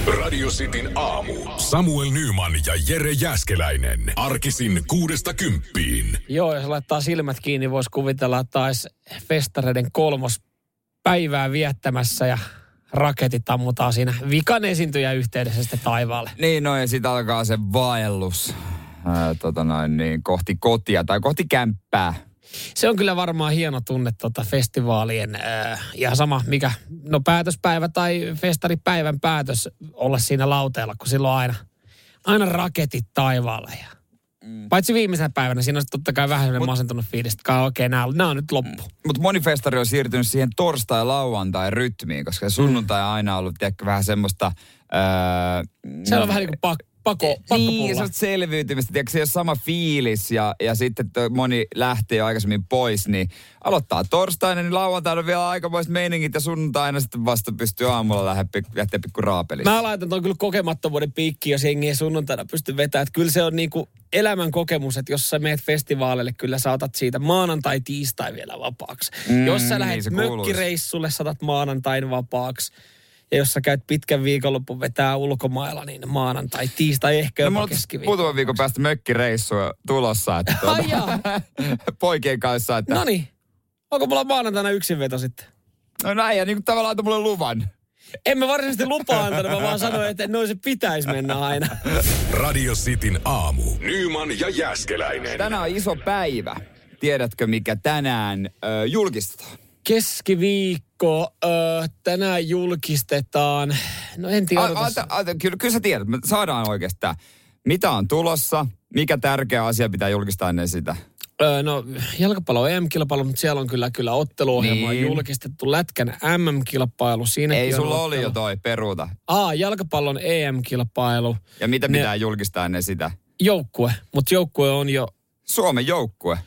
Radio Cityn aamu. Samuel Nyman ja Jere Jääskeläinen. Arkisin 6–10. Joo, jos laittaa silmät kiinni, voisi kuvitella, että taisi festareiden 3. päivää viettämässä ja raketit ammutaan siinä vikan esiintyjä yhteydessä sitten taivaalle. Niin, no ja sitten alkaa se vaellus kohti kotia tai kohti kämppää. Se on kyllä varmaan hieno tunne festivaalien ja sama mikä, no päätöspäivä tai festaripäivän päätös olla siinä lauteella, kun silloin aina raketit taivaalla. Paitsi viimeisenä päivänä, siinä on totta kai vähän sellainen masentunut fiilis, että okei, nämä on nyt loppu. Mutta moni festari on siirtynyt siihen torstai-lauantai-rytmiin, koska sunnuntai on aina ollut vähän semmoista... se on vähän niin kuin pakkopulla. Niin, se on selviytymistä. Tiedätkö, se ei ole sama fiilis ja sitten moni lähtee jo aikaisemmin pois, niin aloittaa torstaina, niin lauantaina on vielä aikamoiset meiningit ja sunnuntaina sitten vasta pystyy aamulla lähteä pikku raapelissa. Mä laitan ton kyllä kokemattomuuden piikkiin, jos jengi ei sunnuntaina pysty vetämään. Että kyllä se on niinku elämän kokemus, että jos sä meet festivaaleille, kyllä sä otat siitä maanantai, tiistai vielä vapaaksi. Jos sä lähdet mökkireissulle, sä otat maanantain vapaaksi. Ja jos sä käyt pitkän viikonlopun vetää ulkomailla, niin maanantai, tiistai, ehkä jopa keskiviikko. Muutaman viikon päästä mökkireissua tulossa. Että poikien kanssa. Että... Noniin. Onko mulla maanantaina yksinveto sitten? No näin, ja niin kuin tavallaan antaa mulle luvan. En mä varsinaisesti lupaa antanut, mä vaan sanoin, että noin se pitäisi mennä aina. Radio Cityn aamu. Nyman ja Jääskeläinen. Tänään on iso päivä. Tiedätkö, mikä tänään julkistetaan? Keskiviikko, tänään julkistetaan, no en tiedä. Kyllä sä tiedät, me saadaan oikeastaan. Mitä on tulossa, mikä tärkeä asia pitää julkistaa ennen sitä? No jalkapallo EM-kilpailu, mutta siellä on kyllä otteluohjelma niin. Julkistettu lätkän MM-kilpailu. Siinäkin ei sulla oli jo toi, peruuta. Jalkapallon EM-kilpailu. Ja mitä pitää julkistaa ennen sitä? Joukkue, mutta joukkue on jo... Suomen joukkue.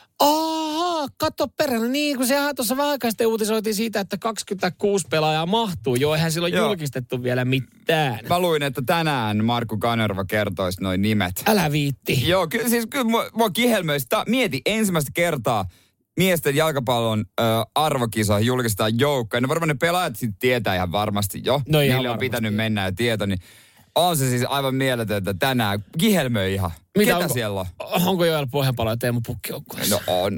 Katso perään. Niin, kun sehän tuossa vähän aikaa sitten uutisoitiin siitä, että 26 pelaajaa mahtuu. Joo, eihän silloin julkistettu vielä mitään. Mä luin, että tänään Markku Kanerva kertoisi noin nimet. Älä viitti. Joo, kyllä mua kihelmöisi. Mieti ensimmäistä kertaa miesten jalkapallon arvokisoihin julkistetaan joukkoja. No varmaan ne pelaajat sitten tietää ihan varmasti jo. No niille on pitänyt mennä ja tieto, niin on se siis aivan mieletöntä tänään. Kihelmöi ihan. Ketä siellä on? Onko Joel Pohjanpalo ja Teemu Pukki joukkueessa? No on.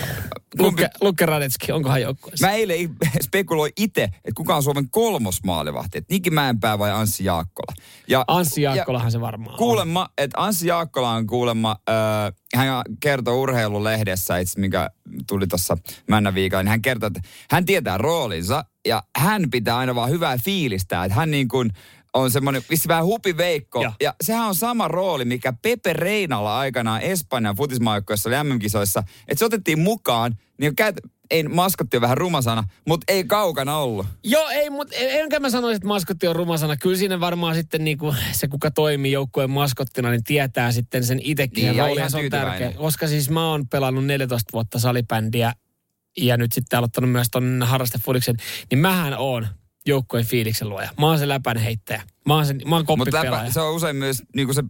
Lukke Radetski, onkohan joukkueessa? Mä eilen spekuloin itse, että kuka on Suomen 3. maalivahti. Että Niki Mäenpää vai Anssi Jaakkola. Anssi Jaakkolahan se varmaan on. Että Anssi Jaakkola on hän kertoi Urheilulehdessä, itse mikä tuli tuossa Männäviikolla, niin hän kertoi, että hän tietää roolinsa ja hän pitää aina vaan hyvää fiilistä. Että hän niin kuin on semmoinen, vissi vähän hupiveikko. Ja sehän on sama rooli, mikä Pepe Reinalla aikanaan Espanjan futismaajoukkueessa oli MM-kisoissa. Että se otettiin mukaan, niin ei maskotti on vähän rumasana, mutta ei kaukana ollut. Joo, ei, mutta enkä mä sanoisi, että maskotti on rumasana. Kyllä siinä varmaan sitten niinku se, kuka toimii joukkueen maskottina, niin tietää sitten sen itsekin. Niin, ja se on tärkeä. Koska siis mä oon pelannut 14 vuotta salibändiä ja nyt sitten aloittanut myös ton harrastefudiksen, niin mähän oon joukkojen fiiliksen luoja. Mä oon se läpän heittäjä. Mä oon koppipelaaja. Mutta se on usein myös niinku se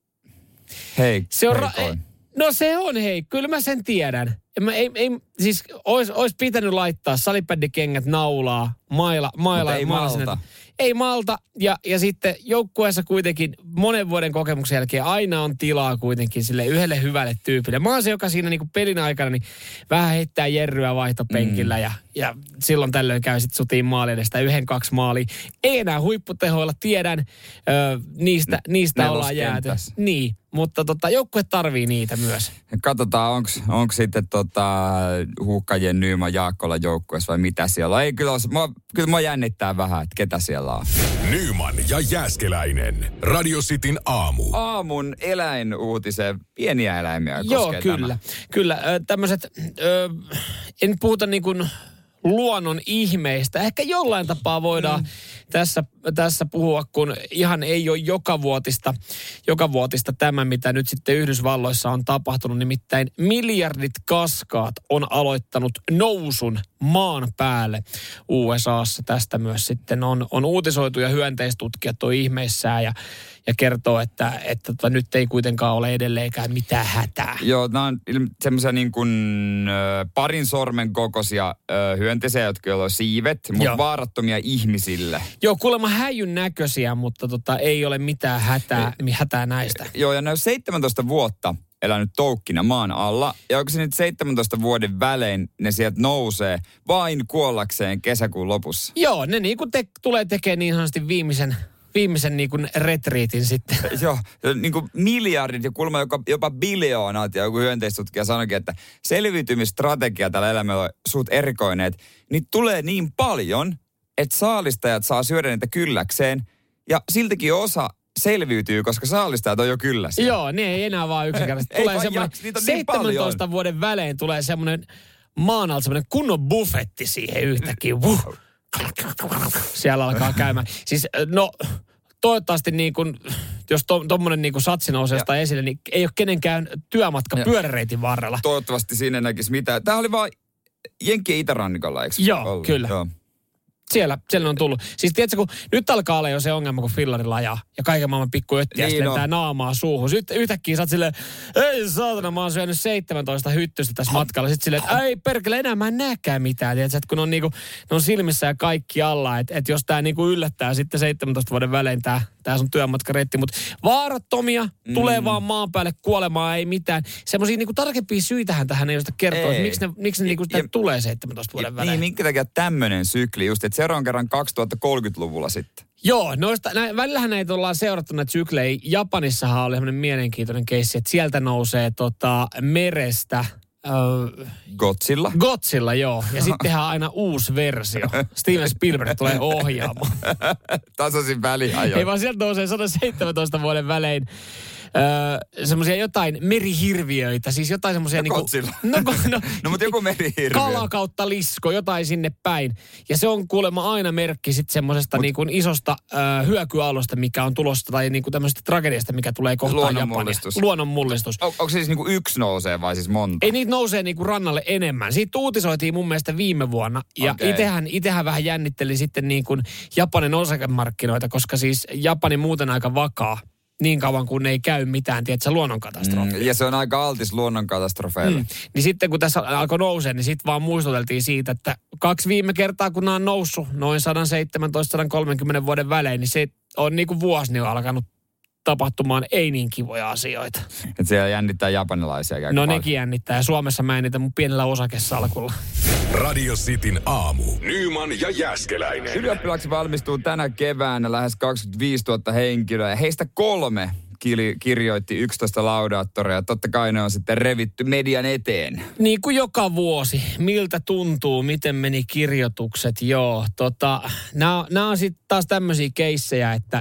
no se on kyllä mä sen tiedän. Siis ois pitänyt laittaa salibändikengät naulaa, maila. Ei malta. Ei malta. Ja sitten joukkueessa kuitenkin monen vuoden kokemuksen jälkeen aina on tilaa kuitenkin sille yhdelle hyvälle tyypille. Mä oon se, joka siinä niinku pelin aikana niin vähän heittää jerryä vaihtopenkillä ja silloin tällöin käy sitten sutiin maali edestä 1-2 maalia. Ei enää huipputehoilla, tiedän, niistä ollaan jääty. Niin, mutta joukkue tarvii niitä myös. Katsotaan, onko sitten Huuhkajien Nyman Jaakkola joukkueessa vai mitä siellä on. Ei, kyllä mua jännittää vähän, että ketä siellä on. Nyman ja Jääskeläinen. Radio Cityn aamu. Aamun eläinuutiseen pieniä eläimiä koskee. Joo, kyllä. Tämmöiset, en puhuta niin kuin luonnon ihmeistä. Ehkä jollain tapaa voidaan tässä puhua, kun ihan ei ole jokavuotista tämä, mitä nyt sitten Yhdysvalloissa on tapahtunut. Nimittäin miljardit kaskaat on aloittanut nousun maan päälle USAssa. Tästä myös sitten on uutisoitu ja hyönteistutkijat on ihmeissään ja kertoo, että nyt ei kuitenkaan ole edelleenkään mitään hätää. Joo, nämä on semmoisia niin kuin parin sormen kokoisia hyönteisiä, jotka on siivet, mutta vaarattomia ihmisille. Joo, kuulemma häijyn näköisiä, mutta ei ole mitään hätää näistä. Joo, ja ne on 17 vuotta elänyt toukkina maan alla. Ja onko se nyt 17 vuoden välein ne sieltä nousee vain kuollakseen kesäkuun lopussa? Joo, ne niin kuin tulee tekemään niin sanotusti viimeisen niin kuin retriitin sitten. Joo, niin kuin miljardit ja kuulemma jopa biljoonat. Ja joku hyönteistutkija sanoikin, että selviytymistrategia tällä elämällä on suht erikoinen. Että niitä tulee niin paljon, että saalistajat saa syödä niitä kylläkseen. Ja siltäkin osa selviytyy, koska saalistajat on jo kylläisiä. Joo, ne ei enää vaan yksinkertaisesti. Tulee semmoinen 17 niin vuoden välein tulee semmoinen maan alta semmoinen kunnon buffetti siihen yhtäkkiä. Siellä alkaa käymään. Siis toivottavasti niin kuin, jos tommonen niin kuin satsi nousee jostain esille, niin ei ole kenenkään työmatka pyöräreitin varrella. Toivottavasti siinä näkisi mitään. Tämä oli vaan Jenkkien itärannikolla, eikö? Joo, ollut? kyllä. Joo. Siellä on tullut. Siis tiedätkö, kun nyt alkaa olla jo se ongelma, kun fillarilla ajaa ja kaiken maailman pikku öttiä niin lentää naamaa suuhun. Sitten yhtäkkiä sä oot silleen, ei saatana, mä oon syönyt 17 hyttystä tässä matkalla. Sitten silleen, että ei perkele, enää mä en näekään mitään. Tiedätkö, että kun on, niinku, ne on silmissä ja kaikki alla, että jos tää niinku yllättää sitten 17 vuoden välein tää sun työmatkareitti. Mutta vaarattomia, tulee vaan maan päälle kuolemaan, ei mitään. Semmoisia niinku tarkempia syitähän tähän ei osata kertoa, että miksi ne niinku tulee 17 vuoden välein. Niin, minkä takia tämmöinen sykli just, että seuraavan kerran 2030-luvulla sitten. Joo, välillähän näitä ollaan seurattu näitä syklejä. Japanissahan oli semmoinen mielenkiintoinen keissi, että sieltä nousee merestä... Godzilla, joo. Ja sitten tehdään aina uusi versio. Steven Spielberg tulee ohjaamaan. Tasaisin väliajoin. Ei vaan sieltä nousee 117 vuoden välein semmoisia jotain merihirviöitä, siis jotain semmoisia niinku... No mutta joku merihirviö. Kala kautta lisko, jotain sinne päin. Ja se on kuulemma aina merkki sitten semmoisesta niinku isosta hyökyaallosta, mikä on tulossa, tai niinku tämmöisestä tragediasta, mikä tulee kohtaan Japania. Luonnonmullistus. Onko se siis niinku yksi nousee vai siis monta? Ei, niitä nousee niinku rannalle enemmän. Siitä uutisoitiin mun mielestä viime vuonna. Ja itähän vähän jännitteli sitten niinku Japanin osakemarkkinoita, koska siis Japani muuten aika vakaa. Niin kauan kuin ei käy mitään, tiedätkö, luonnonkatastrofia. Ja se on aika altis luonnonkatastrofeille. Niin sitten kun tässä alkoi nousee, niin sitten vaan muistuteltiin siitä, että 2 viime kertaa, kun nämä on noussut noin 117-130 vuoden välein, niin se on niin kuin vuosi niin alkanut tapahtumaan ei niin kivoja asioita. Että siellä jännittää japanilaisia. No nekin jännittää. Ja Suomessa mä en niitä mun pienellä osakesalkulla. Radio Cityn aamu. Nyman ja Jääskeläinen. Ylioppilaaksi valmistuu tänä keväänä lähes 25 000 henkilöä. Heistä 3 kirjoitti 11 laudaattoria. Totta kai ne on sitten revitty median eteen. Niin kuin joka vuosi. Miltä tuntuu, miten meni kirjoitukset? Joo, nämä on sitten taas tämmöisiä keissejä, että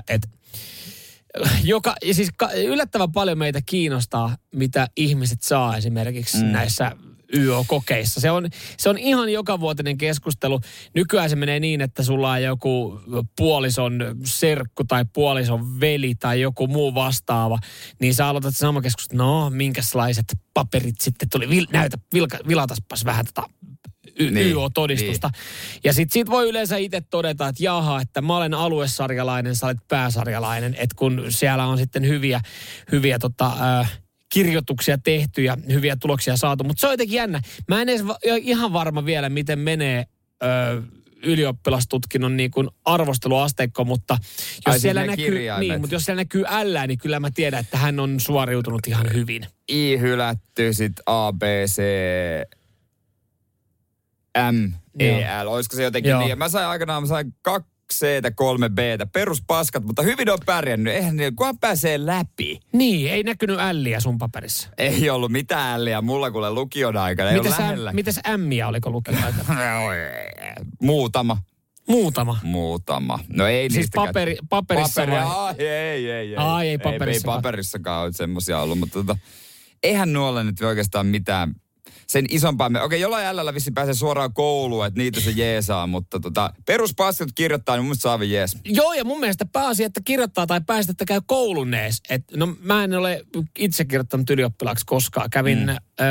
siis yllättävän paljon meitä kiinnostaa, mitä ihmiset saa esimerkiksi näissä YO-kokeissa. Se on ihan jokavuotinen keskustelu. Nykyään se menee niin, että sulla on joku puolison serkku tai puolison veli tai joku muu vastaava. Niin sä aloitat sama keskustelu. No, minkäslaiset paperit sitten tuli? Vilataspas vähän YO-todistusta. Niin. Ja sitten siitä voi yleensä itse todeta, että jaha, että mä olen aluesarjalainen, sä olet pääsarjalainen. Että kun siellä on sitten hyviä kirjoituksia tehty ja hyviä tuloksia saatu. Mutta se on jotenkin jännä. Mä en edes ihan varma vielä, miten menee ylioppilastutkinnon niin kuin arvosteluasteikko, mutta jos siellä jos siellä näkyy L, niin kyllä mä tiedän, että hän on suoriutunut ihan hyvin. I hylätty, sit A, B, C, M, E, L. Olisiko se jotenkin niin? Mä sain 2 C-tä, 3 B-tä. Peruspaskat, mutta hyvin on pärjännyt. Eihän niin, kunhan pääsee läpi. Niin, ei näkynyt L:iä sun paperissa. Ei ollut mitään L:iä mulla kuule lukion aikana. Mitäs M:iä oliko lukion aikana? Muutama. No ei siis paperissa ei paperissakaan ole semmosia ollut, mutta eihän nuolla nyt oikeastaan mitään sen isompaa. Okei, jollain L:llä vissiin pääsee suoraan kouluun, että niitä se jeesaa, mutta peruspaskat kirjoittaa, niin mun mielestä saavi jees. Joo, ja mun mielestä pääasia, että kirjoittaa tai päästä, että käy koulun ees. No mä en ole itse kirjoittanut ylioppilaaksi koskaan. Kävin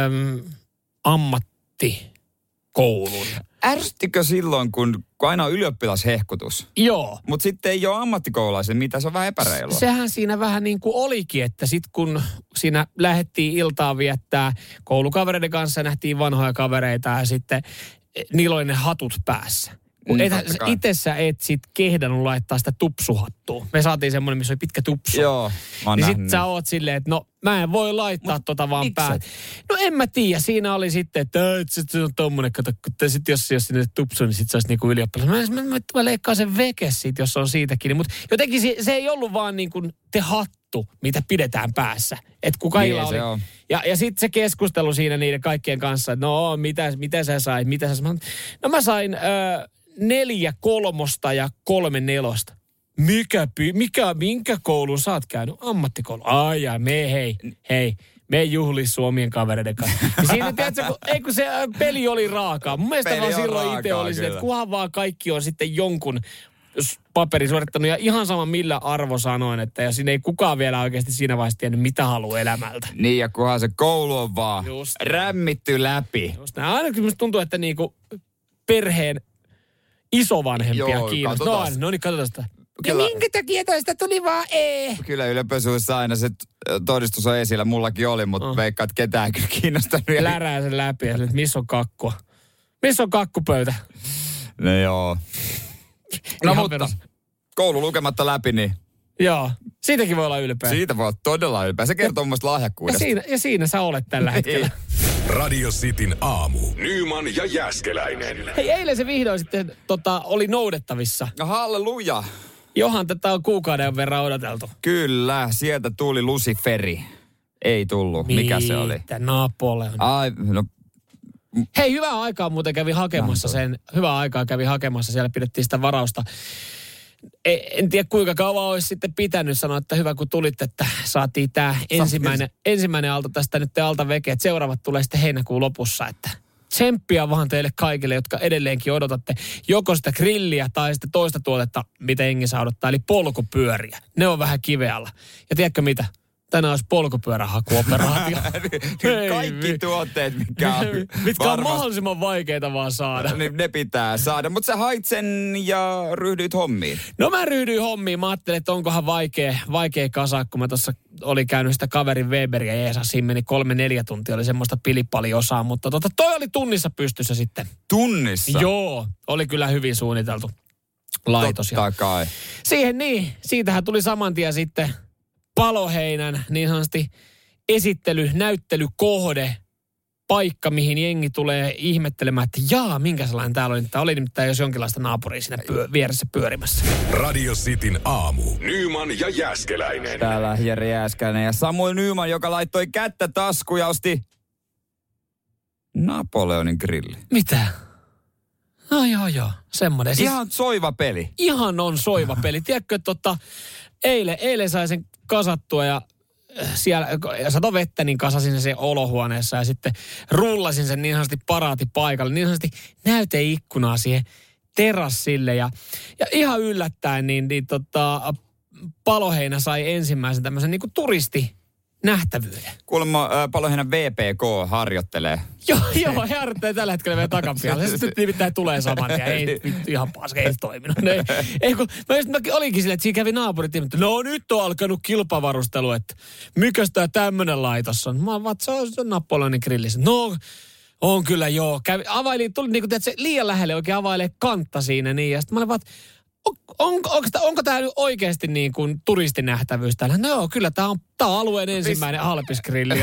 ammattikoulun. Ärsyttikö silloin, kun aina on ylioppilashehkutus? Joo. Mutta sitten ei ole ammattikoulaisen, mitä se on vähän epäreilua. Sehän siinä vähän niin kuin olikin, että sitten kun siinä lähdettiin iltaa viettää koulukavereiden kanssa, nähtiin vanhoja kavereita ja sitten niillä oli ne hatut päässä. Kun itse sä et sit kehdannut laittaa sitä tupsuhattua. Me saatiin semmoinen, missä oli pitkä tupsu. Joo, niin sit sä oot silleen, että no mä en voi laittaa vaan päälle. No en mä tiedä, siinä oli sitten, että se on tommonen, kato, kun sit jos sinne tupsu, niin sit se olisi niinku ylioppilas. Mä leikkaan sen veke siitä, jos on siitäkin. Mutta jotenkin se ei ollut vaan niin kuin te hattu, mitä pidetään päässä. Että kun kaikilla oli. Ja sitten se keskustelu siinä niiden kaikkien kanssa, että no mitä sä sait, No mä sain 4 kolmosta ja 3 nelosta. Minkä koulun sä oot käynyt? Ammattikoulu. Me juhlis Suomien kavereiden kanssa. Ja siinä, tiedätkö, kun se peli oli raakaa. Mun mielestä vaan silloin itse oli se, että kunhan vaan kaikki on sitten jonkun paperi suorittanut ja ihan sama millä arvo sanoin, että ja siinä ei kukaan vielä oikeasti siinä vaiheessa tiennyt, mitä haluaa elämältä. Niin ja kunhan se koulu on vaan rämmitty läpi. Just näin. Ainakin musta tuntuu, että niinku perheen isovanhempia kiinnostaa. No niin, katsotaan sitä. Ja minkä takia tästä tuli vaan Kyllä yliopesuissa aina se todistus on esillä. Mullakin oli, mutta veikkaan, että ketään kyllä kiinnostanut. Lärää sen läpi ja että missä on kakkua. Missä on kakkupöytä? No joo. No mutta koulu lukematta läpi, niin... Joo, siitäkin voi olla ylpeä. Siitä voi olla todella ylpeä. Se kertoo musta lahjakkuudesta. Ja siinä sä olet tällä hetkellä. Radio Cityn aamu. Nyman ja Jääskeläinen. Hei, eilen se vihdoin sitten oli noudettavissa. No halleluja. Johan tätä on kuukauden verran odoteltu. Kyllä, sieltä tuli Luciferi. Ei tullut. Mikä se oli? Napoleon. Ai, no... Hei, hyvää aikaa muuten kävi hakemassa sen. Hyvää aikaa kävi hakemassa. Siellä pidettiin sitä varausta. En tiedä kuinka kauan olisi sitten pitänyt sanoa, että hyvä kun tulit, että saatiin tämä ensimmäinen aalto tästä nyt alta veke. Että seuraavat tulee sitten heinäkuun lopussa, että tsemppiä vaan teille kaikille, jotka edelleenkin odotatte joko sitä grilliä tai sitten toista tuotetta, mitä jengi saa odottaa, eli polkupyöriä. Ne on vähän kivealla. Ja tiedätkö mitä? Tänään olisi polkupyörähakuoperaatio. Kaikki tuotteet, mitkä on mahdollisimman vaikeita vaan saada. Ne pitää saada, mutta sä hait sen ja ryhdyit hommiin. No mä ryhdyin hommiin. Mä ajattelin, että onkohan vaikea kasaa, kun mä tuossa oli käynyt sitä kaverin Weberia Jeesa. Siinä meni 3-4 tuntia, oli semmoista pilipaliosaa, mutta toi oli tunnissa pystyssä sitten. Tunnissa? Joo, oli kyllä hyvin suunniteltu laitos. Totta kai. Siitähän tuli saman tien sitten Paloheinän niin sanotusti näyttelykohde, paikka, mihin jengi tulee ihmettelemään, että minkä sellainen täällä oli. Tämä oli nimittäin jos jonkinlaista naapuria siinä vieressä pyörimässä. Radio Cityn aamu. Nyman ja Jääskeläinen. Täällä Jere Jääskeläinen ja Samuel Nyman, joka laittoi kättä taskuun ja osti Napoleonin grilli. Mitä? No joo, semmoinen. Ihan soiva peli. Ihan on soiva peli. Tiedätkö, eilen sai sen kasattua ja siellä sato vettä, niin kasasin sen olohuoneessa ja sitten rullasin sen niin sanotusti paraatipaikalle, niin sanotusti näyteikkunaa siihen terassille ja ihan yllättäen Paloheinä sai ensimmäisen tämmöisen niin kuin turistinähtävyyden. Kuulemma Paloheinän VPK harjoittelee. Joo, he harjoittelee tällä hetkellä meidän takapialle. Se sitten nimittäin tulee saman tien. Ei ihan paska, ei toiminut. Mä olinkin silleen, että siinä kävi naapurit, että no nyt on alkanut kilpavarustelu, että mikäs tää tämmönen laitos on. Mä oon vaan, se on Napoleonin grillissä. No, on kyllä joo. Tuli niin kuin, että se liian lähelle oikein availee kantta siinä niin. Ja sitten mä olin vaan, onko tämä nyt oikeasti niin kuin turistinähtävyys täällä? No joo, kyllä tämä on alueen ensimmäinen halpisgrilli.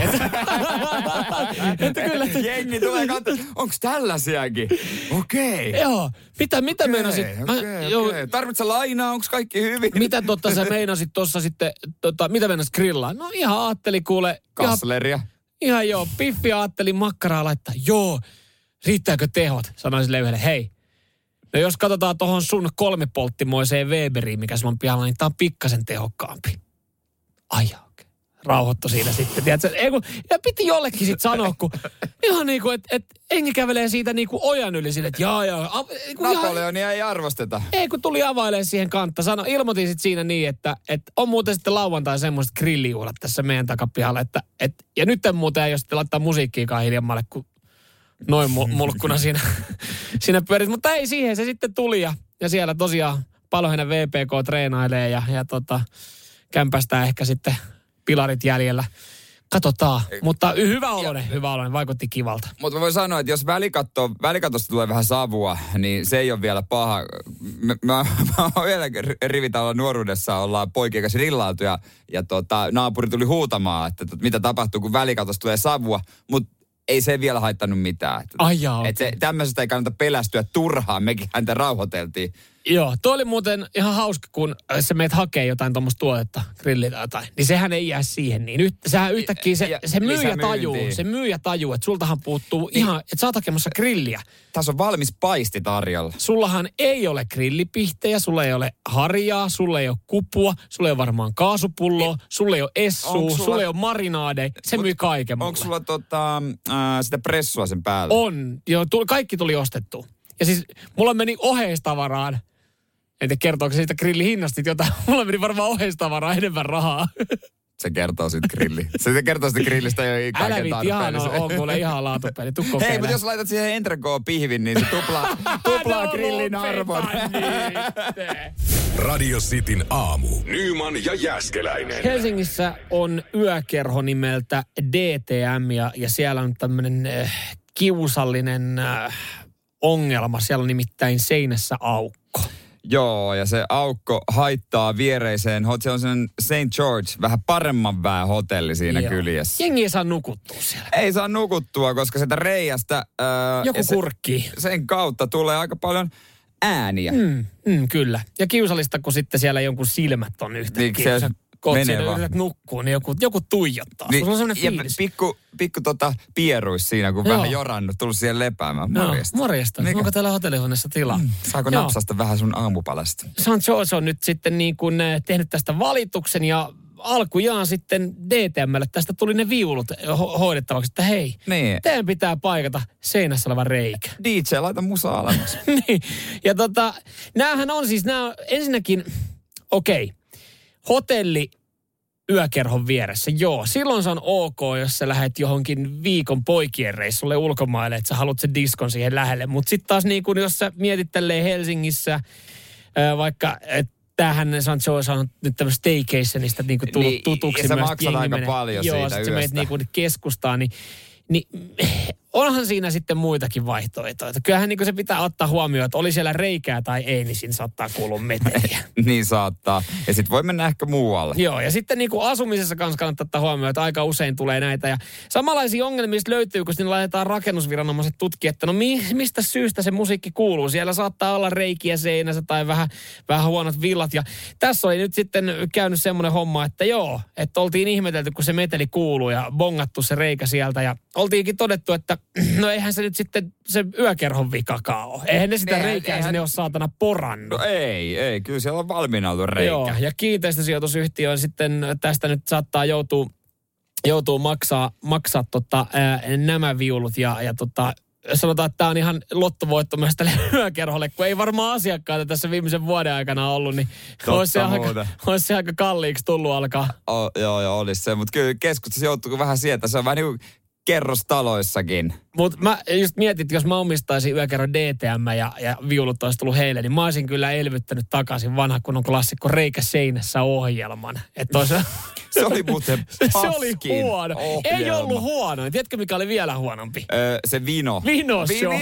Kyllä. Jengi tulee katsoa, onko tällaisiakin? Okei. Joo, mitä meinasit? Okei. Tarvitsetko lainaa, onko kaikki hyvin? Mitä sä meinasit tuossa sitten, mitä meinasit grillaa? No ihan ajattelin kuule. Kassleria. Ihan joo, piffi ajattelin makkaraa laittaa. Joo, riittääkö tehot? Sanoin sille yhdelle, hei. No jos katsotaan tuohon sun 3-polttimoiseen Weberiin, mikä sulla on pihalla, niin tää on pikkasen tehokkaampi. Ai okei. Rauhoittu siinä sitten, tiedätkö? Ja piti jollekin sitten sanoa, kun ihan niin kuin, että engi kävelee siitä niin kuin ojan yli sille, että Napoleonia ei arvosteta. Ei, kun tuli availemaan siihen kantta. Ilmoitin sitten siinä niin, että on muuten sitten lauantai semmoiset grillijuhlat tässä meidän takapihalla, ja nyt muuten ei ole sitten laittaa musiikkiikaan hiljemmalle, kun noin mulkkuna siinä pyörit. Mutta ei, siihen se sitten tuli ja siellä tosiaan Paloheinän VPK treenailee ja kämpästään ehkä sitten pilarit jäljellä Katsotaan, mutta hyvä oloinen, vaikutti kivalta. Mutta mä voin sanoa, että jos välikatosta tulee vähän savua, niin se ei ole vielä paha. Mä oon vielä rivitalolla nuoruudessa, ollaan poikien kanssa rillailtu ja naapuri tuli huutamaan, että mitä tapahtuu, kun välikatosta tulee savua, mutta ei se vielä haittanut mitään. Tämmöisestä ei kannata pelästyä turhaan, mekin häntä rauhoiteltiin. Joo, tuo oli muuten ihan hauska, kun sä meet hakee jotain tuommoista tuotetta, grilliä tai jotain, niin sehän ei jää siihen. Niin sehän yhtäkkiä se myyjä tajuu, että sultahan puuttuu ihan, että sä oot hakemassa grilliä. Tässä on valmis paisti tarjolla. Sullahan ei ole grillipihtejä, sulla ei ole harjaa, sulla ei ole kupua, sulla ei ole varmaan kaasupulloa, sulla ei ole essua, sulla ei ole marinaadeja, se myy kaiken mulle. Onko sulla sitä pressua sen päällä? On, joo, kaikki tuli ostettua. Ja siis mulla meni oheistavaraan. En tiedä kertooko siitä grillihinnasta jotain. Mulla meni varmaan oheistavaraan enemmän rahaa. Se kertoo siitä grillistä jo kaiken tarpeellisen. Älä ihan on kuule ihan laatupeli. Hei, mutta jos laitat siihen Entrecote pihvin, niin se tuplaa grillin arvon. Radio Cityn aamu. Nyman ja Jääskeläinen. Helsingissä on yökerho nimeltä DTM ja siellä on tämmöinen kiusallinen ongelma. Siellä on nimittäin seinässä aukko. Joo, ja se aukko haittaa viereiseen. Se on sen St. George, vähän paremman väen hotelli siinä kyljessä. Jengi ei saa nukuttua siellä. Ei saa nukuttua, koska sieltä reiästä joku kurkkii. Sen kautta tulee aika paljon ääniä. Kyllä. Ja kiusallista, kun sitten siellä jonkun silmät on yhtäkkiä. Niin, yrität nukkuu, niin joku tuijottaa. Niin, sulla on semmoinen fiilis. Pikku pieruis siinä, kun vähän jorannut, tullut siihen lepäämään. Morjesta. Morjesta. Onko täällä hotellihuoneessa tilaa? Saako napsasta vähän sun aamupalasta? St. on nyt sitten niin kuin tehnyt tästä valituksen ja alkujaan sitten DTM:lle tästä tuli ne viulut hoidettavaksi, että hei, teidän pitää paikata seinässä oleva reikä. DJ, laita musaa alemmas. Niin, ja näähän on siis, ensinnäkin, hotelli yökerhon vieressä, joo. Silloin se on ok, jos sä lähdet johonkin viikon poikien reissulle ulkomaille, että sä haluat sen diskon siihen lähelle. Mutta sitten taas niin kun jos sä mietit tälleen Helsingissä, vaikka tämähän St. George on nyt tämmöistä staycationista niin tullut tutuksi. Ja sä maksat aika paljon siitä yöstä. Joo, sä menet niin keskustaan, niin onhan siinä sitten muitakin vaihtoehtoja. Kyllähän niin se pitää ottaa huomioon, että oli siellä reikää tai ei, niin siinä saattaa kuulua meteliä. Niin saattaa. Ja sitten voi mennä ehkä muualle. Joo, ja sitten niin kuin asumisessa kanssa kannattaa ottaa huomioon, että aika usein tulee näitä. Ja samanlaisia ongelmia löytyy, kun sinne laitetaan rakennusviranomaiset tutkia, että no mistä syystä se musiikki kuuluu. Siellä saattaa olla reikiä seinässä tai vähän huonot villat. Ja tässä oli nyt sitten käynyt semmoinen homma, että joo, että oltiin ihmetelty, kun se meteli kuuluu ja bongattu se reikä sieltä. Ja oltiinkin todettu, että no eihän se nyt sitten se yökerhon vikakaan ole. Eihän ne sitä reikää sinne ole saatana porannut. No ei. Kyllä siellä on valmiina ollut reikä. Joo, ja kiinteistösijoitusyhtiö sitten tästä nyt saattaa joutuu maksaa nämä viulut ja sanotaan, että tämä on ihan lottovoitto myös tälle yökerholle, kun ei varmaan asiakkaita tässä viimeisen vuoden aikana ollut, niin olisi se aika kalliiksi tullut alkaa. Joo, olisi se, mutta kyllä keskustassa joutuu vähän sieltä. Se on vähän niin kuin kerrostaloissakin. Mutta mä just mietin, että jos mä omistaisin yökerron DTM ja viulut olisi tullut heille, niin mä olisin kyllä elvyttänyt takaisin vanha kunnon klassikko Reikä seinässä -ohjelman. Se oli muuten paskin. Se oli huono. Ohjelma. Ei ollut huono. Tiedätkö, mikä oli vielä huonompi? Se Vino. Vino show.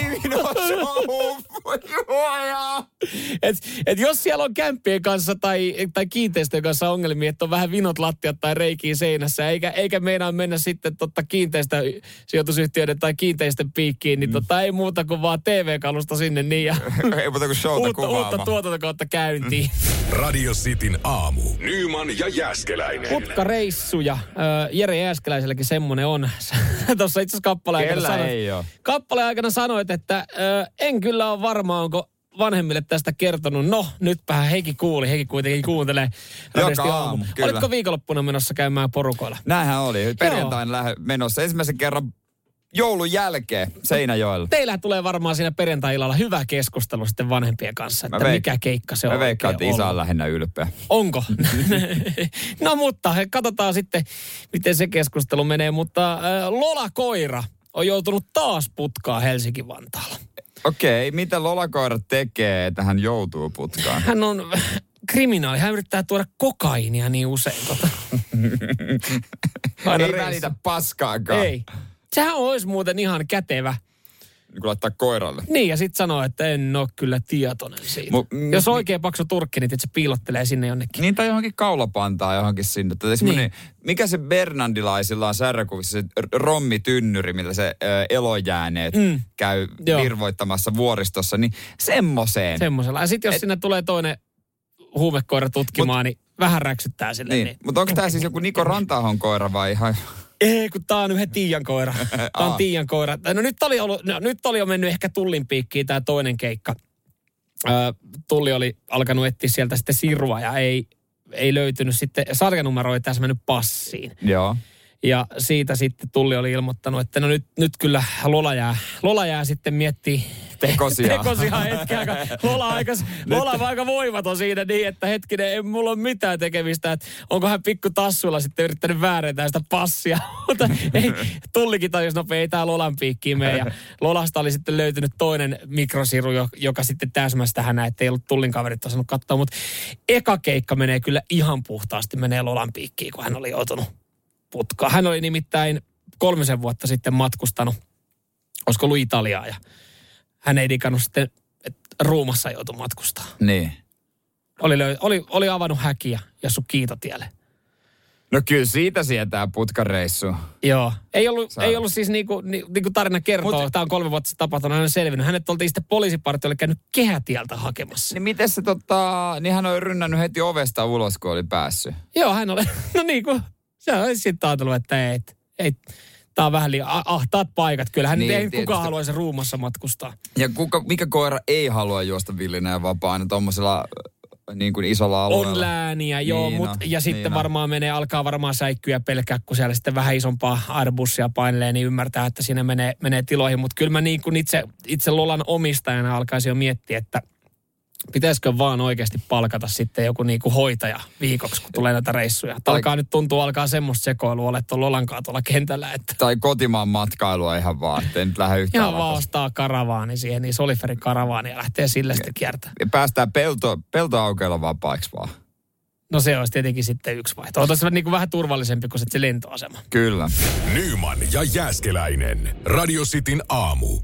Et jos siellä on kämppien kanssa tai kiinteistöjen kanssa ongelmia, että on vähän vinot lattiat tai reikiä seinässä, eikä meinaa mennä sitten kiinteistösijoitusyhtiöiden tai kiinteistön piikkiin, niin ei muuta kuin vaan TV-kalusta sinne niin ja ei muuta kuin showta kuvaamaan. Uutta tuotantokautta käyntiin. Radio Cityn aamu. Nyman ja Jääskeläinen. Reissuja. Jere Jääskeläiselläkin semmoinen on. Tuossa itse asiassa kappaleen aikana sanoit, että en kyllä ole varma, onko vanhemmille tästä kertonut. No, nytpähän Heikki kuuli. Heikki kuitenkin kuuntelee radiosti aamu. Olitko viikonloppuna menossa käymään porukoilla? Näinhän oli. Perjantaina menossa ensimmäisen kerran joulun jälkeen Seinäjoella. Teillähän tulee varmaan siinä perjantai-illalla hyvä keskustelu sitten vanhempien kanssa, että mikä keikka se on. Mä veikkaan, että isä on lähinnä ylpeä. Onko? No mutta katsotaan sitten, miten se keskustelu menee. Mutta Lola Koira on joutunut taas putkaan Helsinki-Vantaalla. Okei, mitä Lola Koira tekee, että hän joutuu putkaan? Hän on kriminaali. Hän yrittää tuoda kokaiinia niin usein. Aina ei reissu. välitä paskaakaan. Ei. Sehän olisi muuten ihan kätevä. Niin kuin laittaa koiralle. Niin, ja sitten sanoo, että en ole kyllä tietoinen siitä. Jos oikein paksu turkki, niin se piilottelee sinne jonnekin. Niin, tai johonkin kaulapantaa johonkin sinne. Niin. Mikä se Bernardilaisilla on särräkuvissa, se rommitynnyri, millä se elojääneet käy virvoittamassa vuoristossa, niin semmoiseen. Semmoisella. Ja sitten jos sinne tulee toinen huumekoira tutkimaan, niin vähän räksyttää sille. Niin. Mutta onko tämä siis joku Niko Ranta-ahon koira vai ihan... Ei, kun tää on yhden Tiian koira. Tää on Tiian koira. No nyt oli jo mennyt ehkä Tullin piikkiin tää toinen keikka. Tulli oli alkanut etsiä sieltä sitten sirua ja ei löytynyt sitten, sarjanumero ei tässä mennyt passiin. Joo. Ja siitä sitten Tulli oli ilmoittanut, että no nyt kyllä Lola jää sitten miettii tekosia hetkeä. Lola on aika voimaton siinä niin, että hetkinen, ei mulla ole mitään tekemistä. Että onko hän pikku tassuilla sitten yrittänyt väärentää sitä passia. Mutta ei, Tullikin tajus nopea, ei tää Lolan piikkiin mene. Ja Lolasta oli sitten löytynyt toinen mikrosiru, joka sitten täsmäsi tähän, että ei ollut Tullin kaverit osannut katsoa. Mutta eka keikka menee kyllä ihan puhtaasti, menee Lolan piikkiin, kun hän oli joutunut putkaan. Hän oli nimittäin 3 vuotta sitten matkustanut, olisiko ollut Italiaa, ja hän ei digannut sitten, että Ruumassa joutui matkustaa. Niin. Oli avannut häkiä ja sun kiitotielle. No kyllä siitä sietää putkareissu. Joo. Ei ollut siis niin kuin tarina kertoo, tämä on 3 vuotta tapahtunut, hän on selvinnyt. Hänet oltiin sitten poliisipartiolle käynyt kehätieltä hakemassa. Niin miten se niin hän oli rynnännyt heti ovesta ulos, kun oli päässyt. Joo, hän oli, no niin kuin, se on sitten ajatellut, että ei tää on vähän liian ahtaat paikat. Kyllähän niin, ei kukaan haluaisi Ruumassa matkustaa. Ja mikä koira ei halua juosta villinä ja vapaana tommosella niin kuin isolla alueella? On lääniä, joo. Ja sitten alkaa varmaan säikkyä pelkää, kun siellä sitten vähän isompaa arbussia painelee, niin ymmärtää, että siinä menee tiloihin. Mutta kyllä mä niin kuin itse Lolan omistajana alkaisin jo miettiä, että pitäisikö vaan oikeasti palkata sitten joku niinku hoitaja viikoksi, kun tulee näitä reissuja. Alkaa semmoista sekoilua olla tuolla Lolankaan tuolla kentällä. Että... Tai kotimaan matkailua ihan vaan, ettei nyt lähde yhtään. Ihan vaan ostaa karavaani siihen, niin Soliferin karavaani ja lähtee sille sitten kiertämään. Ja päästään peltoaukeilla vapaiksi vaan. No se olisi tietenkin sitten yksi vaihtoehto. On tässä niinku vähän turvallisempi kuin se lentoasema. Kyllä. Nyman ja Jääskeläinen. Radio Cityn aamu.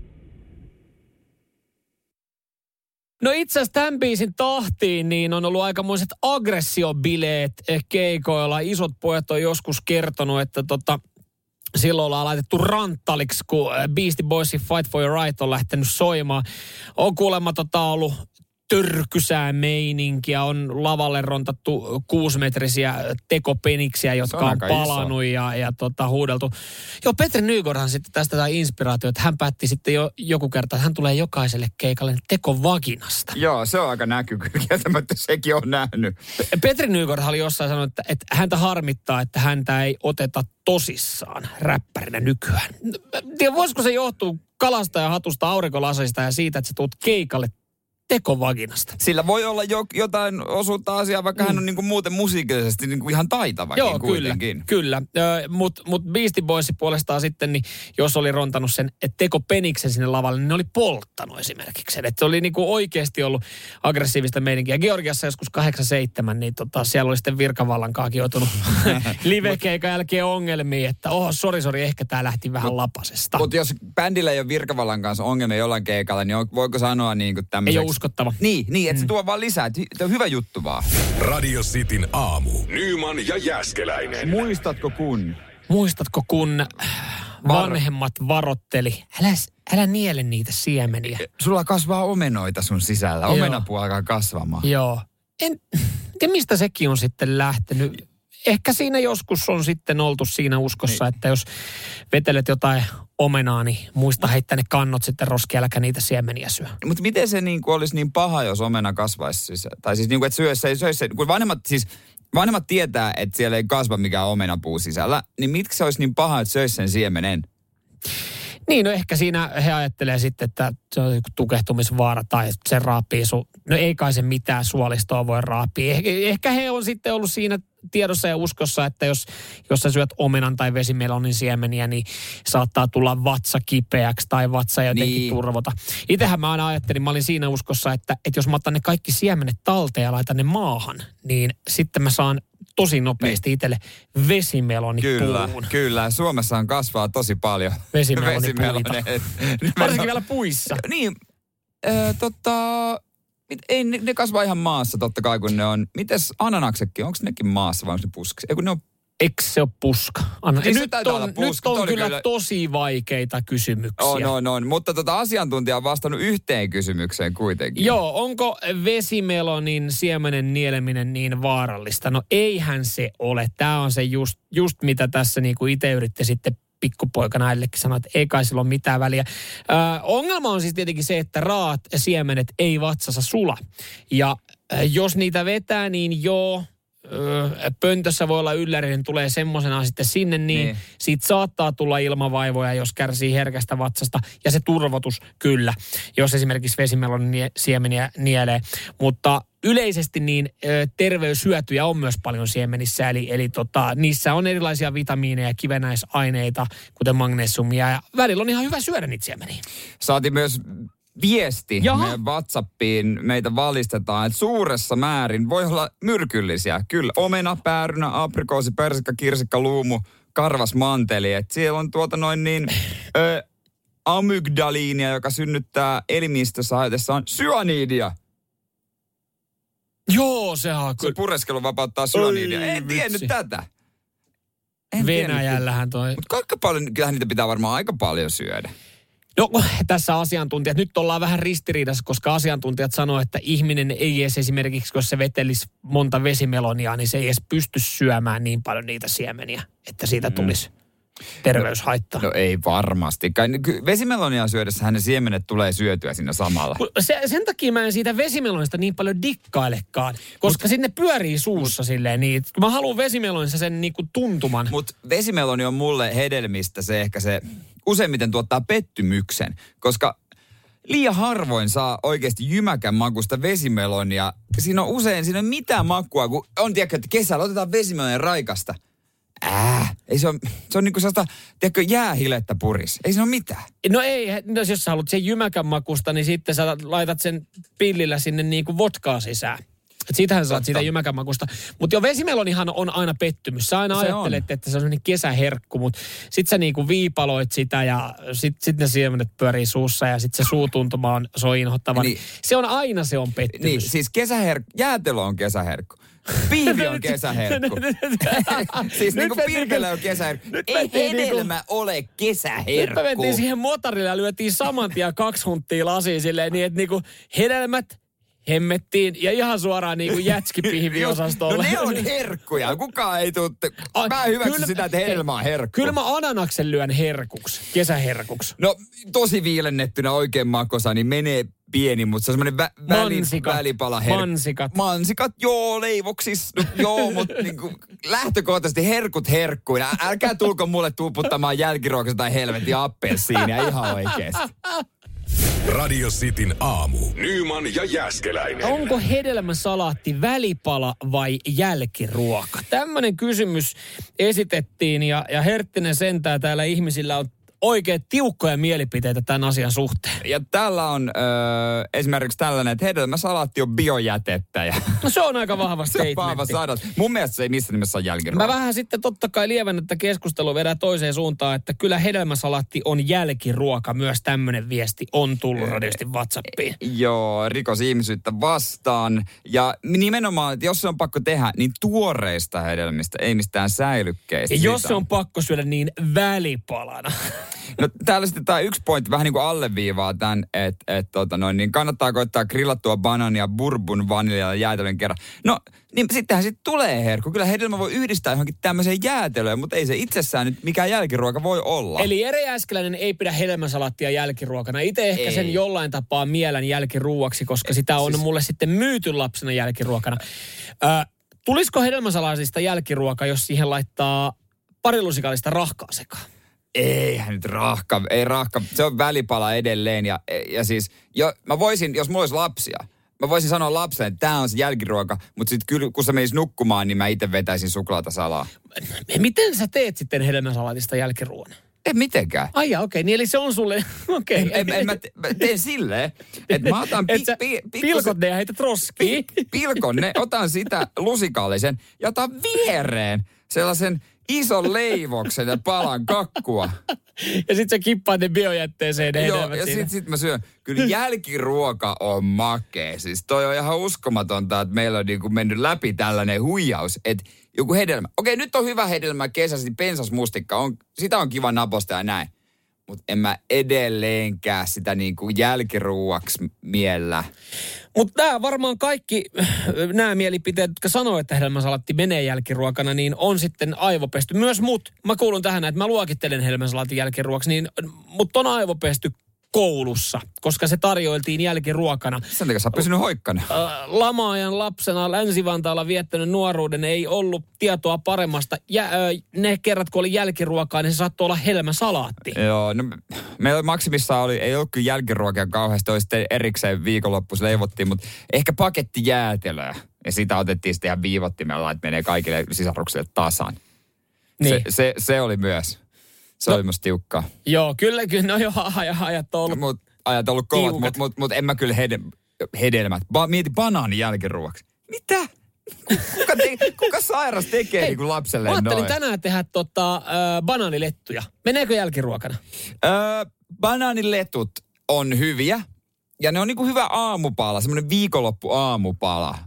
No itse asiassa tämän biisin tahtiin niin on ollut aikamoiset aggressiobileet keikoilla. Isot pojat on joskus kertonut, että silloin ollaan laitettu ranttaliksi, kun Beastie Boysin Fight for Your Right on lähtenyt soimaan. On kuulemma ollut törkysää meininkiä, on lavalle rontattu 6-metrisiä tekopeniksiä, jotka on palannut ja huudeltu. Joo, Petri Nygårdhan sitten tästä sai inspiraatio, että hän päätti sitten joku kerta, että hän tulee jokaiselle keikalle tekovaginasta. Joo, se on aika kieltämättä sekin on nähnyt. Petri Nygård oli jossain sanonut, että häntä harmittaa, että häntä ei oteta tosissaan räppärinä nykyään. Tiedä, voisiko se johtua kalasta ja hatusta, aurinkolasista ja siitä, että sä tuut keikalle tekovaginasta. Sillä voi olla jotain osuutta asiaa, vaikka hän on niinku muuten musiikillisesti niinku ihan taitavakin. Joo, kuitenkin. Kyllä. Mutta Beastie Boys puolestaan sitten, niin jos oli rontanut sen tekopeniksen sinne lavalle, niin ne oli polttanut esimerkiksi. Että se oli niinku oikeasti ollut aggressiivista meininkiä. Georgiassa joskus 87, niin siellä oli sitten virkavallankaankin joutunut livekeikan jälkeen ongelmiin, että sori, ehkä tää lähti vähän lapasesta. Mutta jos bändillä ei ole virkavallan kanssa ongelmia jollain keikalla, niin voiko sanoa niinku tämmöiseksi? Uskottava. Niin, että se tuo vaan lisää. Tämä on hyvä juttu vaan. Radio Cityn aamu. Nyman ja Jääskeläinen. Muistatko kun vanhemmat varotteli, älä niele niitä siemeniä. Sulla kasvaa omenoita sun sisällä. Omenapuu alkaa kasvamaan. Joo. En tiedä, mistä sekin on sitten lähtenyt. Ehkä siinä joskus on sitten oltu siinä uskossa, että jos vetelet jotain omenaa, niin muista heittää ne kannot sitten roskiin, äläkä niitä siemeniä syö. Mutta miten se niinku olisi niin paha, jos omena kasvaisi sisään? Tai siis niinku, että söisi, kun vanhemmat tietää, että siellä ei kasva mikään omenapuu sisällä, niin miksi se olisi niin paha, että söisi sen siemenen? Niin, no ehkä siinä he ajattelee sitten, että se on tukehtumisvaara tai se raapii sun. No ei kai se mitään suolistoa voi raapia. Ehkä he on sitten ollut siinä tiedossa ja uskossa, että jos sä syöt omenan tai vesimelonin siemeniä, niin saattaa tulla vatsa kipeäksi tai vatsa jotenkin turvota. Itsehän mä aina ajattelin, mä olin siinä uskossa, että jos mä otan ne kaikki siemenet talteen ja laitan ne maahan, niin sitten mä saan tosi nopeasti itselle vesimelonipuun. Kyllä. Suomessahan kasvaa tosi paljon vesimelonipuita. Varsinkin vielä puissa. Niin, ei, ne kasvaa ihan maassa totta kai, kun ne on. Mites ananaksetkin, onko nekin maassa vai onko ne puskissa? Ei kun ne on. Eikö se ole puska? Nyt on kyllä tosi vaikeita kysymyksiä. On. Mutta asiantuntija on vastannut yhteen kysymykseen kuitenkin. Joo, onko vesimelonin siemenen nieleminen niin vaarallista? No eihän se ole. Tämä on se just mitä tässä niinku itse yritti sitten pikkupoikana äillekin sanoa, että ei kai sillä ole mitään väliä. Ongelma on siis tietenkin se, että raat siemenet ei vatsassa sula. Ja jos niitä vetää, niin pöntössä voi olla yllärinen, tulee semmosena sitten sinne, niin siitä saattaa tulla ilmavaivoja, jos kärsii herkästä vatsasta. Ja se turvotus kyllä, jos esimerkiksi vesimelonin siemeniä nielee. Mutta yleisesti niin terveyshyötyjä on myös paljon siemenissä, eli niissä on erilaisia vitamiineja, kivennäisaineita, kuten magnesiumia, ja välillä on ihan hyvä syödä niitä siemeniä. Saatiin myös viesti meidän WhatsAppiin. Meitä valistetaan, että suuressa määrin voi olla myrkyllisiä. Kyllä, omena, päärynä, aprikoosi, persikka, kirsikka, luumu, karvas, manteli. Että siellä on amygdaliinia, joka synnyttää elimistössä ajatessaan syaniidia. Joo, sehän on kyllä. Se pureskelu vapauttaa syaniidia. En tiennyt tätä. Venäjällähän toi. Mutta kuinka paljon, kyllähän niitä pitää varmaan aika paljon syödä. No tässä asiantuntijat, nyt ollaan vähän ristiriidassa, koska asiantuntijat sanoo, että ihminen ei edes esimerkiksi, jos se vetelisi monta vesimelonia, niin se ei edes pysty syömään niin paljon niitä siemeniä, että siitä tulisi terveyshaittaa. No ei varmasti. Vesimelonia syödessähän ne siemenet tulee syötyä siinä samalla. Sen takia mä en siitä vesimelonista niin paljon dikkailekaan, koska sinne pyörii suussa silleen niin. Mä haluan vesimelonissa sen niinku tuntuman. Mutta vesimeloni on mulle hedelmistä se ehkä se useimmiten tuottaa pettymyksen, koska liian harvoin saa oikeasti jymäkän makusta vesimelonia. Siinä on mitään makua, kun on tiedätkö, että kesällä otetaan vesimelonia raikasta. Ei se on niinku sellaista, tiedätkö, jäähilettä puris. Ei siinä ole mitään. No ei, jos sä haluat sen jymäkän makusta, niin sitten sä laitat sen pillillä sinne niinku vodkaa sisään. Et siitähän saat siitä jymäkän makusta. Mutta jo vesimelonihan on aina pettymys. Sä aina ajattelet, että se on sellainen kesäherkku, mutta sit sä niinku viipaloit sitä ja sit ne siemenet pyörii suussa ja sit se suutuntuma on inhottava. Niin, se on pettymys. Niin, siis jäätelö on kesäherkku. Pihvi on kesäherkku. Siis niinku pirkelä on kesäherkku. Ei hedelmä ole kesäherkku. Nyt me mentiin siihen motorille ja lyötiin saman tien 2 hunttia lasiin silleen niin, että niinku hedelmät hemmettiin ja ihan suoraan niinku jätskipihviosastolle. No ne on herkkuja. Kukaan ei tuutte. Mä hyväksyn sitä, että hedelmä on herkku. Kyllä mä ananaksen lyön herkuksi, kesäherkuksi. No tosi viilennettynä oikein makosa, niin menee pieni, mutta se on semmoinen välipala herkku. Mansikat, joo, leivoksissa. Joo, mutta niinku, lähtökohtaisesti herkkuina. Älkää tulko mulle tuuputtamaan jälkiruokasta tai helvetin appelsiinia ihan oikeesti. Radio Cityn aamu. Nyman ja Jääskeläinen. Onko hedelmäsalaatti välipala vai jälkiruoka? Tämmöinen kysymys esitettiin ja Herttinen sentää täällä ihmisillä on oikein tiukkoja mielipiteitä tämän asian suhteen. Ja täällä on esimerkiksi tällainen, että hedelmäsalaatti on biojätettä. No se on aika vahva statementti. Se on vahva saada. Mun mielestä se ei missään nimessä ole jälkiruoka. Mä vähän sitten totta kai lievennettä keskustelua vedän toiseen suuntaan, että kyllä hedelmäsalaatti on jälkiruoka. Myös tämmöinen viesti on tullut radiosti WhatsAppiin. Joo, rikos ihmisyyttä vastaan. Ja nimenomaan, että jos se on pakko tehdä, niin tuoreista hedelmistä, ei mistään säilykkeistä. Ja jos se on pakko syödä, niin välipalana. No täällä sitten tämä yksi pointti vähän niin kuin alleviivaa tämän, että niin kannattaa koittaa grillattua banaania bourbon vaniljalla jäätelön kerran. No niin sittenhän sitten tulee herkku. Kyllä hedelmä voi yhdistää johonkin tämmöiseen jäätelöön, mutta ei se itsessään nyt mikään jälkiruoka voi olla. Eli Jere Jääskeläinen ei pidä hedelmäsalaattia jälkiruokana. Itse ehkä sen jollain tapaa mielen jälkiruuaksi, koska sitä on mulle sitten myyty lapsena jälkiruokana. Tulisiko hedelmäsalaatista jälkiruoka, jos siihen laittaa pari lusikallista rahkaa sekaan? Eihän nyt ei rahka. Se on välipala edelleen ja siis, mä voisin, jos mulla olisi lapsia, mä voisin sanoa lapselle, että tää on se jälkiruoka, mutta sitten kyllä kun sä menisit nukkumaan, niin mä itse vetäisin suklaata salaa. Miten sä teet sitten hedelmäsalaatista jälkiruoan? En mitenkään. Ai okei, niin eli se on sulle, okei. Mä teen silleen, että mä otan pilkot ne ja heität roskiin. Pilkon ne, otan sitä lusikallisen ja otan viereen sellaisen ison leivoksen ja palan kakkua. Ja sit sä kippaat ne biojätteeseen ne Joo, ja sit mä syön. Kyllä jälkiruoka on makea. Siis toi on ihan uskomatonta, että meillä on niinku mennyt läpi tällainen huijaus, että joku hedelmä. Okei, nyt on hyvä hedelmä kesäsi, pensasmustikka. Sitä on kiva naposta ja näin. Mutta en mä edelleenkään sitä niinku jälkiruuaksi miellä. Mutta nämä varmaan kaikki nämä mielipiteet, jotka sanoo, että hedelmäsalatti menee jälkiruokana, niin on sitten aivopesty. Myös mä kuulun tähän, että mä luokittelen hedelmäsalatin jälkiruoksi, niin mut on aivopesty koulussa, koska se tarjoiltiin jälkiruokana. Sen takia sä oot pysynyt hoikkana. Lama-ajan lapsena Länsi-Vantaalla viettänyt nuoruuden ei ollut tietoa paremmasta. Ne kerrat, kun oli jälkiruokaa, niin se saattoi olla hedelmäsalaatti. Joo, no meillä maksimissaan ei ollut kyllä jälkiruokia kauheasti, oli sitten erikseen viikonloppuisi leivottiin, mutta ehkä paketti jäätelöä. Ja sitä otettiin sitten ihan viivottimella, että menee kaikille sisaruksille tasan. Niin. Se oli myös. Se oli musta tiukkaa. Joo, kyllä, no joo, ajat on ollut. Ajat on ollut kovat, mutta en mä kyllä hedelmät. Mieti banaanin jälkiruoksi. Mitä? Kuka sairas tekee niin kuin lapselle noin? Mä ajattelin tänään tehdä banaanilettuja. Meneekö jälkiruokana? Banaaniletut on hyviä. Ja ne on niinku hyvä aamupala, semmoinen viikonloppu aamupala.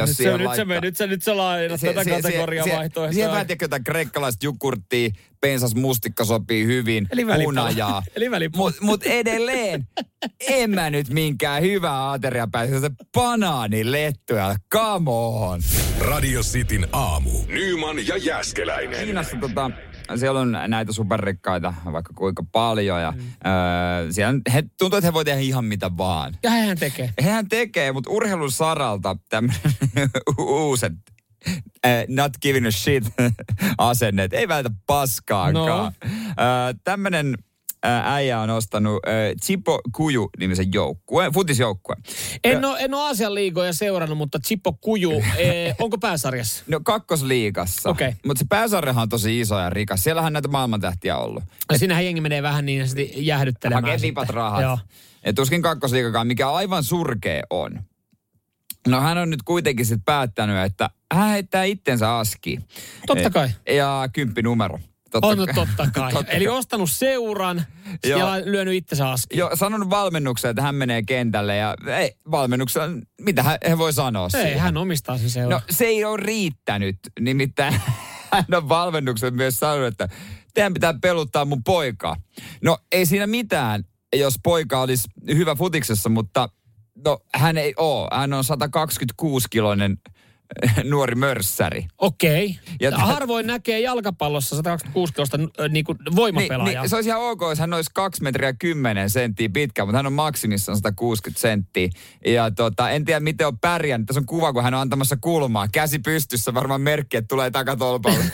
Nyt sä laajennat tätä kategoriaa vaihtoehtoa. Siihen vähän tiedätkö jotain kreikkalaista jukurttia, pensasmustikka sopii hyvin, hunajaa. Eli välipala. Mut edelleen, en mä nyt minkään hyvää ateria pääse. Se banaanilettuja, come on. Radio Cityn aamu. Nyman ja Jääskeläinen. Kiinassa siellä on näitä superrikkaita vaikka kuinka paljon ja siellä tuntuu, että he voi tehdä ihan mitä vaan. Ja hehän tekee. Hehän tekee, mutta urheilun saralta tämmöinen uuset not giving a shit asenneet. Ei välitä paskaankaan. No. Tämmöinen äijä on ostanut Chipo Kuju-nimisen futisjoukkueen. En ole Aasian liigoja seurannut, mutta Chipo Kuju, onko pääsarjassa? No kakkosliigassa. Okay. Mutta se pääsarjahan on tosi iso ja rikas. Siellähän näitä maailmantähtiä on ollut. Ja siinähän jengi menee vähän niin jäähdyttelemään. Hakee vipat rahat. Joo. Ja tuskin kakkosliigakaan, mikä aivan surkea on. No hän on nyt kuitenkin sitten päättänyt, että hän heittää itsensä askiin. Totta kai. Ja 10 numero. Totta kai. Eli ostanut seuran ja lyönyt itsensä askiin. Joo, sanonut valmennukseen, että hän menee kentälle ja ei valmennuksella, mitä he voi sanoa siihen? Ei, hän omistaa sen seuran. No se ei ole riittänyt, nimittäin hän on valmennuksen myös sanonut, että teidän pitää peluttaa mun poikaa. No ei siinä mitään, jos poika olisi hyvä futiksessa, mutta no hän ei ole. Hän on 126-kiloinen nuori mörssäri. Okei. Ja harvoin näkee jalkapallossa 126-kilosta niinku voimapelaajaa. Niin, se olisi ihan ok, jos hän olisi 2 metriä 10 senttiä pitkä, mutta hän on maksimissaan 160 senttiä. Ja en tiedä, miten on pärjännyt. Tässä on kuva, kun hän on antamassa kulmaa. Käsi pystyssä, varmaan merkki, että tulee takatolpalle.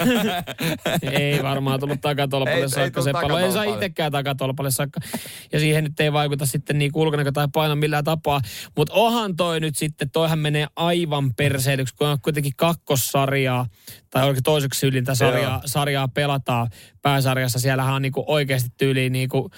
Ei varmaan tullut takatolpalle saakka se pallo. Ei saa itsekään takatolpalle saakka. Ja siihen nyt ei vaikuta sitten niin ulkonäkö tai paino millään tapaa. Mutta onhan toi nyt sitten, toihan menee aivan perseilyksi, kun on kuitenkin kakkossarjaa, tai oikein toiseksi ylintä sarjaa pelataan pääsarjassa. Siellähän on niinku oikeasti tyyliin niinku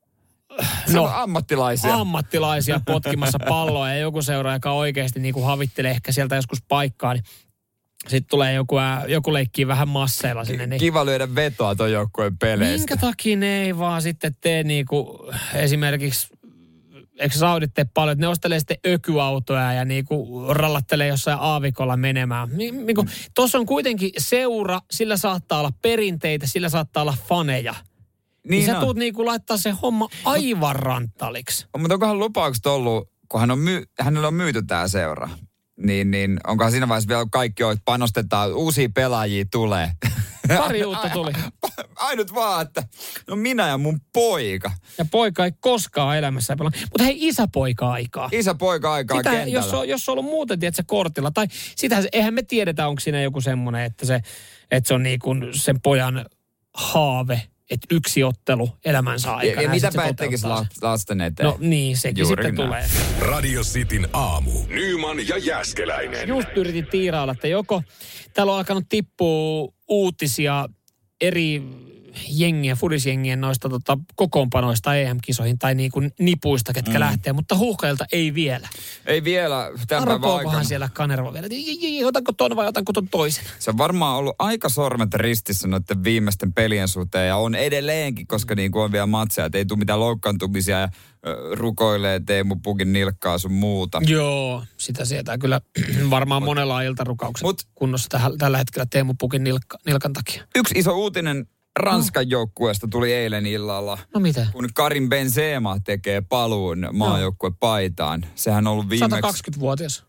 ammattilaisia potkimassa palloa ja joku seuraa, joka oikeasti niinku havittelee ehkä sieltä joskus paikkaa, niin sitten tulee joku leikkii vähän masseilla sinne. Niin kiva lyödä vetoa ton joukkueen peleistä. Minkä takia ne ei vaan sitten tee niinku esimerkiksi, eikö saudit tee paljon, että ne ostelee sitten ökyautoja ja niinku rallattelee jossain aavikolla menemään. Tuossa on kuitenkin seura, sillä saattaa olla perinteitä, sillä saattaa olla faneja. Niin sä tuut niinku laittaa se homma aivan ranttaliksi. Mutta onkohan lupaukset ollut, kun hänellä on myyty tää seura, niin onkohan siinä vaiheessa vielä kaikki on, että panostetaan, uusia pelaajia tulee. Pari uutta tuli. Ainut vaan, että no minä ja mun poika. Ja poika ei koskaan elämässä pelaa. Mutta hei, isäpoika-aikaa. Isäpoika-aikaa sitä, kentällä. Jos on ollut muuten, tiedätkö, kortilla. Tai sitähän, eihän me tiedetä, onko siinä joku semmoinen, että se on niin kuin sen pojan haave. Että yksi ottelu elämänsä aikana. Ja mitäpä et tekisi lasten eteen? No niin, sekin juuri sitten tulee. Radio Cityn aamu. Nyman ja Jääskeläinen. Just yritin tiirailla, että joko täällä on alkanut tippua uutisia eri jengien, fudisjengien noista kokoonpanoista EM-kisoihin tai niin kuin nipuista, ketkä lähtee, mutta huuhkajilta ei vielä. Ei vielä. Arpookohan siellä Kanerva vielä. Otanko ton vai otanko ton toisen? Se on varmaan ollut aika sormet ristissä noiden viimeisten pelien suhteen ja on edelleenkin, koska niin kuin on vielä matseja, että ei tule mitään loukkaantumisia ja rukoilee Teemu Pukin nilkkaa sun muuta. Joo, sitä sietää kyllä varmaan monella iltarukaukset kunnossa tällä hetkellä Teemu Pukin nilkan takia. Yksi iso uutinen Ranskan joukkueesta tuli eilen illalla. No mitä? Kun Karim Benzema tekee paluun maajoukkuepaitaan. Sehän on ollut viimeksi... 120-vuotias.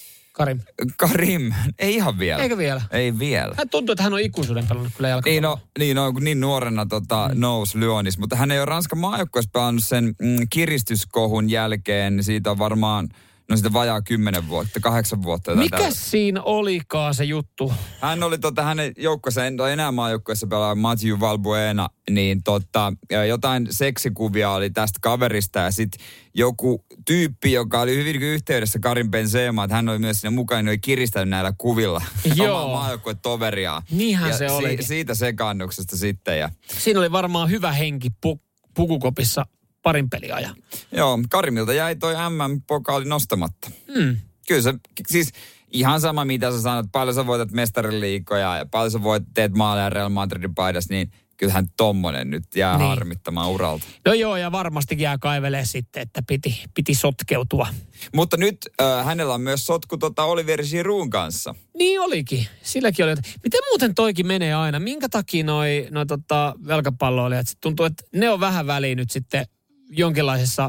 Karim, ei ihan vielä. Eikö vielä? Ei vielä. Hän tuntuu, että hän on ikuisuuden pelannut kyllä jalkapalloa. Niin nuorena nousi Lyonis, mutta hän ei ole Ranskan maajoukkueessa pelannut sen kiristyskohun jälkeen. Siitä on varmaan... No sitten vajaa 10 vuotta, 8 vuotta. Mikäs siinä olikaan se juttu? Hän oli hänen joukkueessa, en ole enää maajoukkueessa pelaa Mathieu Valbuena, niin jotain seksikuvia oli tästä kaverista ja sitten joku tyyppi, joka oli hyvin yhteydessä Karim Benzema, että hän oli myös siinä mukana, niin oli kiristänyt näillä kuvilla omaa maajoukkuetoveriaan. Niinhän se oli. Siitä sekaannuksesta sitten. Ja... Siinä oli varmaan hyvä henki pukukopissa parin peliajan. Joo, Karimilta jäi toi MM-pokaali nostamatta. Kyllä se, siis ihan sama mitä sä sanot, paljon sä voitat mestariliigoja ja paljon sä teet maaleja Real Madridin paidassa, niin kyllähän tommonen nyt jää harmittamaan uralta. No joo, ja varmasti jää kaivelee sitten, että piti sotkeutua. Mutta nyt hänellä on myös sotku Olivier Giroud'n kanssa. Niin olikin. Silläkin oli. Miten muuten toikin menee aina? Minkä takia noi velkapalloilijat? Tuntuu, että ne on vähän väliin nyt sitten jonkinlaisessa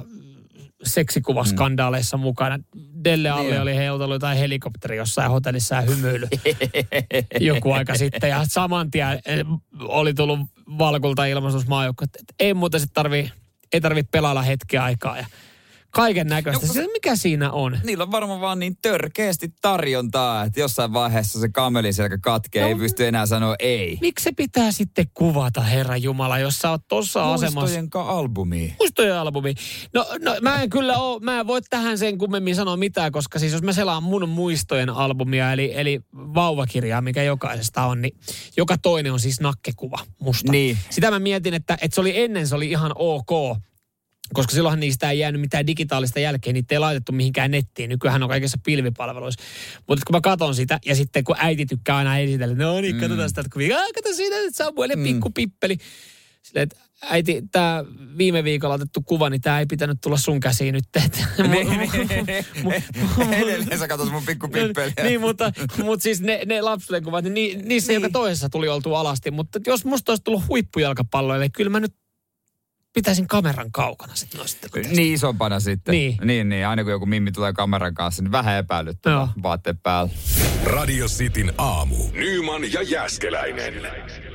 seksikuvaskandaaleissa mukana. Delle Alli oli heilutellut jotain helikopteri jossain hotellissa ja hymyily joku aika sitten. Ja saman tien oli tullut Valkulta ilmaisuus maajoukkoon, että ei muuten sitten tarvitse pelailla hetken aikaa. Ja kaiken näköistä. Mikä siinä on? Niillä on varmaan vaan niin törkeästi tarjontaa, että jossain vaiheessa se kamelin selkä katkee, ei pysty enää sanoa ei. Miksi se pitää sitten kuvata, Herra Jumala, jos sä oot tossa asemassa? Muistojen albumi. Muistojen albumi. No mä en voi tähän sen kummemmin sanoa mitään, koska siis jos mä selaan mun muistojen albumia, eli vauvakirjaa, mikä jokaisesta on, niin joka toinen on siis nakkekuva musta. Niin. Sitä mä mietin, että se oli ihan ok. Koska silloinhan niistä ei jäänyt mitään digitaalista jälkeen, niitä ei laitettu mihinkään nettiin. Nykyään on kaikissa pilvipalveluissa. Mutta kun mä katson sitä, ja sitten kun äiti tykkää aina esitellä, no niin, katsotaan sitä kuvia. Kato siinä, että Samuel pikku pippeli. Silleen, että äiti, tämä viime viikolla otettu kuva, niin tämä ei pitänyt tulla sun käsiin nyt. Edelleen sä katsot mun pikku pippeliä. Niin, mutta siis ne lapsuuden kuvat, niin niissä joka toisessa tuli oltu alasti. Mutta jos musta olisi tullut huippujalkapalloille, kyllä mä nyt pitäisin kameran kaukana sitten noista. Niin isompana sitten. Niin. Aina kun joku mimmi tulee kameran kanssa, niin vähän epäilyttävää vaatteet päällä. Radio Cityn aamu. Nyman ja Jääskeläinen.